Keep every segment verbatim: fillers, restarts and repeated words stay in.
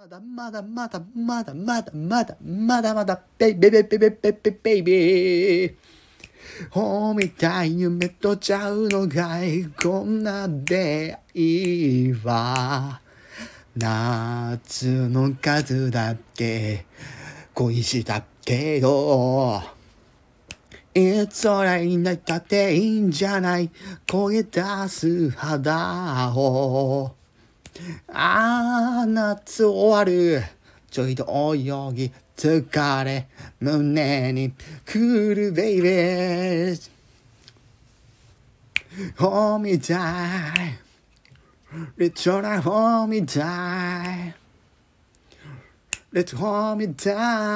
まだまだまだまだまだまだまだまだベイベイベイベイベイベイベイベイほみたい夢とちゃうのかいこんな出会いは夏の数だって恋したけどいつ俺に泣いたっていいんじゃない声出す肌をあー夏終わるちょいと泳ぎ疲れ胸に来るベイベー Hold me tight Let's try hold me tight Let's hold me tight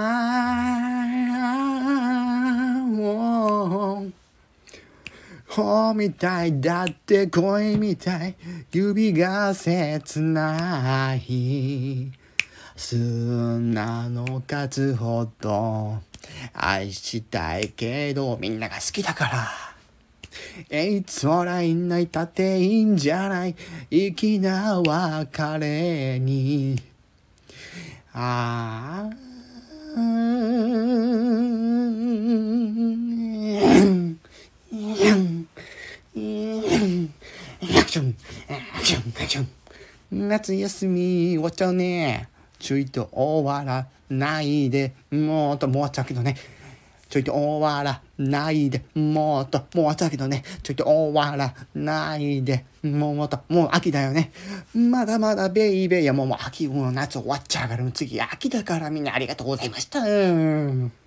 Hold me tight だって恋みたい指が切ない砂の数ほど愛したいけどみんなが好きだからいつ俺いないたっていいんじゃない粋な別れにああ夏休み終わっちゃうねちょいと終わらないでもっともうちゃうけどねちょいと終わらないでもっともうちゃうけどねちょいと終わらないでもっともう秋だよねまだまだベイベーいやもうもう秋もう夏終わっちゃうから次秋だからみんなありがとうございました